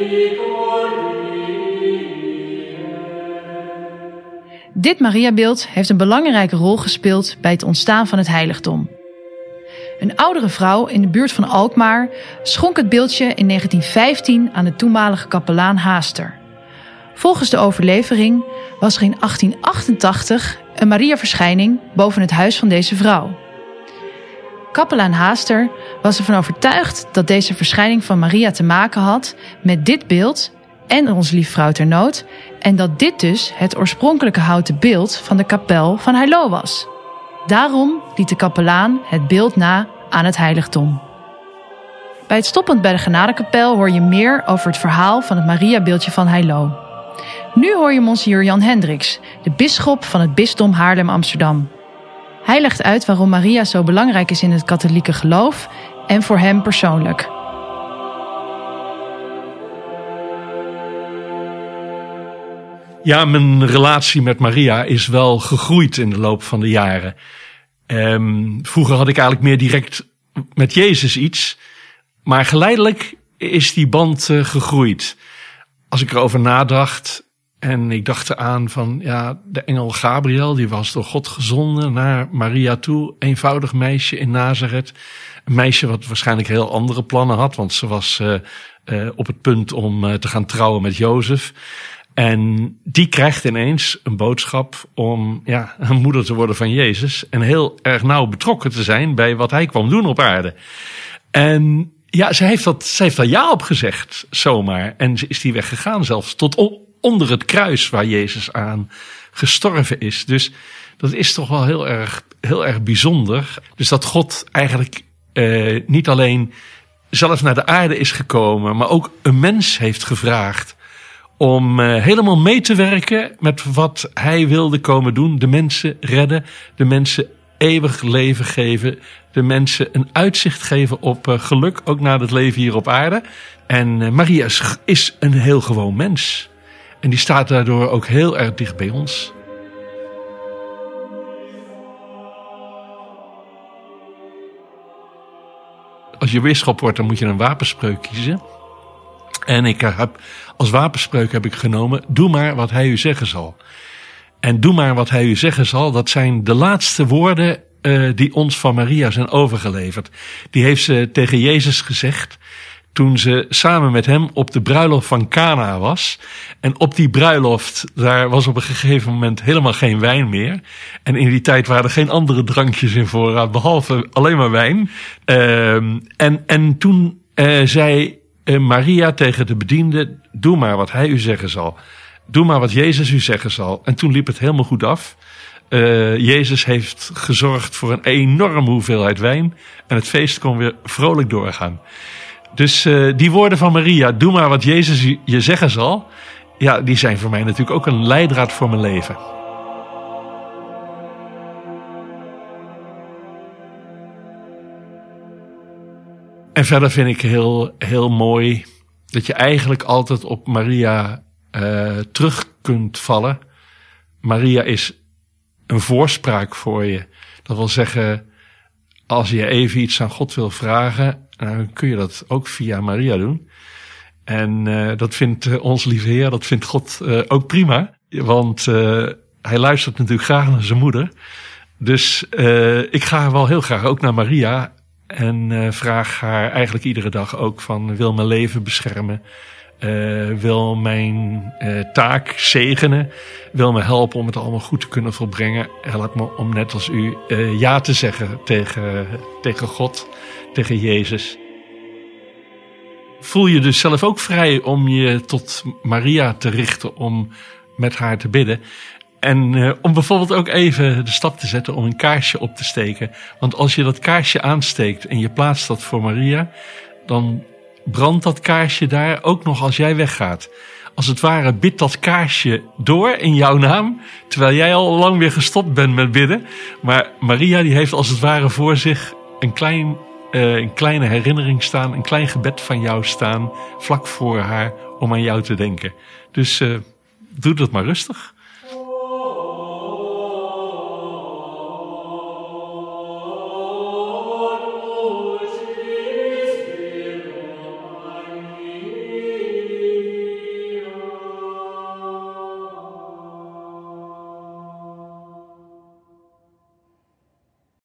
Dit Mariabeeld heeft een belangrijke rol gespeeld bij het ontstaan van het heiligdom. Een oudere vrouw in de buurt van Alkmaar schonk het beeldje in 1915 aan de toenmalige kapelaan Haaster. Volgens de overlevering was er in 1888 een Mariaverschijning boven het huis van deze vrouw. Kapelaan Haaster was ervan overtuigd dat deze verschijning van Maria te maken had met dit beeld en Onze Lieve Vrouw ter Nood, en dat dit dus het oorspronkelijke houten beeld van de kapel van Heilo was. Daarom liet de kapelaan het beeld na aan het heiligdom. Bij het stoppunt bij de Genadekapel hoor je meer over het verhaal van het Mariabeeldje van Heilo. Nu hoor je Monseigneur Jan Hendricks, de bisschop van het bisdom Haarlem-Amsterdam. Hij legt uit waarom Maria zo belangrijk is in het katholieke geloof en voor hem persoonlijk. Ja, mijn relatie met Maria is wel gegroeid in de loop van de jaren. Vroeger had ik eigenlijk meer direct met Jezus iets. Maar geleidelijk is die band gegroeid. Als ik erover nadacht en ik dacht eraan van, ja, de engel Gabriel, die was door God gezonden naar Maria toe. Eenvoudig meisje in Nazareth. Een meisje wat waarschijnlijk heel andere plannen had, want ze was op het punt om te gaan trouwen met Jozef. En die krijgt ineens een boodschap om een moeder te worden van Jezus. En heel erg nauw betrokken te zijn bij wat hij kwam doen op aarde. En ja, ze heeft daar ja op gezegd, zomaar. En ze is die weg gegaan zelfs tot onder het kruis waar Jezus aan gestorven is. Dus dat is toch wel heel erg bijzonder. Dus dat God eigenlijk niet alleen zelf naar de aarde is gekomen, maar ook een mens heeft gevraagd om helemaal mee te werken met wat hij wilde komen doen. De mensen redden, de mensen eeuwig leven geven, de mensen een uitzicht geven op geluk, ook na het leven hier op aarde. En Maria is een heel gewoon mens. En die staat daardoor ook heel erg dicht bij ons. Als je bisschop wordt, dan moet je een wapenspreuk kiezen. En ik heb als wapenspreuk genomen, doe maar wat hij u zeggen zal. En doe maar wat hij u zeggen zal, dat zijn de laatste woorden die ons van Maria zijn overgeleverd. Die heeft ze tegen Jezus gezegd toen ze samen met hem op de bruiloft van Cana was. En op die bruiloft, daar was op een gegeven moment helemaal geen wijn meer. En in die tijd waren er geen andere drankjes in voorraad, behalve alleen maar wijn. En toen zei Maria tegen de bediende, doe maar wat hij u zeggen zal. Doe maar wat Jezus u zeggen zal. En toen liep het helemaal goed af. Jezus heeft gezorgd voor een enorme hoeveelheid wijn. En het feest kon weer vrolijk doorgaan. Dus die woorden van Maria, doe maar wat Jezus je zeggen zal. Ja, die zijn voor mij natuurlijk ook een leidraad voor mijn leven. En verder vind ik heel mooi dat je eigenlijk altijd op Maria terug kunt vallen. Maria is een voorspraak voor je. Dat wil zeggen, als je even iets aan God wil vragen, dan kun je dat ook via Maria doen. En dat vindt onze lieve Heer, dat vindt God ook prima. Want hij luistert natuurlijk graag naar zijn moeder. Dus ik ga wel heel graag ook naar Maria en vraag haar eigenlijk iedere dag ook van, wil mijn leven beschermen, wil mijn taak zegenen, wil me helpen om het allemaal goed te kunnen volbrengen. Help me om net als u ja te zeggen tegen God, tegen Jezus. Voel je dus zelf ook vrij om je tot Maria te richten, om met haar te bidden. En om bijvoorbeeld ook even de stap te zetten om een kaarsje op te steken. Want als je dat kaarsje aansteekt en je plaatst dat voor Maria, dan brandt dat kaarsje daar ook nog als jij weggaat. Als het ware bidt dat kaarsje door in jouw naam, terwijl jij al lang weer gestopt bent met bidden. Maar Maria die heeft als het ware voor zich een kleine herinnering staan, een klein gebed van jou staan, vlak voor haar om aan jou te denken. Dus doe dat maar rustig.